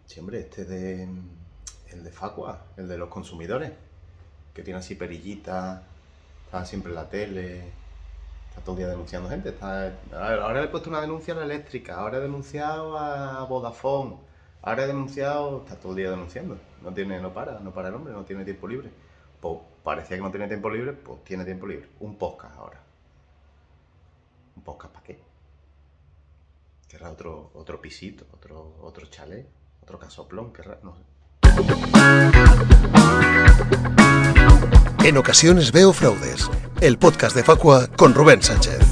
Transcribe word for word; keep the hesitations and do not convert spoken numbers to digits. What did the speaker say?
Sí, hombre, este de... El de Facua, el de los consumidores, que tiene así perillitas, está siempre en la tele, está todo el día denunciando gente. Está... Ahora le he puesto una denuncia a la eléctrica, ahora he denunciado a Vodafone, ahora he denunciado... Está todo el día denunciando, no tiene, no para, no para el hombre, no tiene tiempo libre. Pues parecía que no tiene tiempo libre, pues tiene tiempo libre. Un podcast ahora. ¿Un podcast para qué? Querrá otro, otro pisito, otro, otro chalet, otro casoplón, querrá, no sé. En ocasiones veo fraudes. El podcast de Facua con Rubén Sánchez.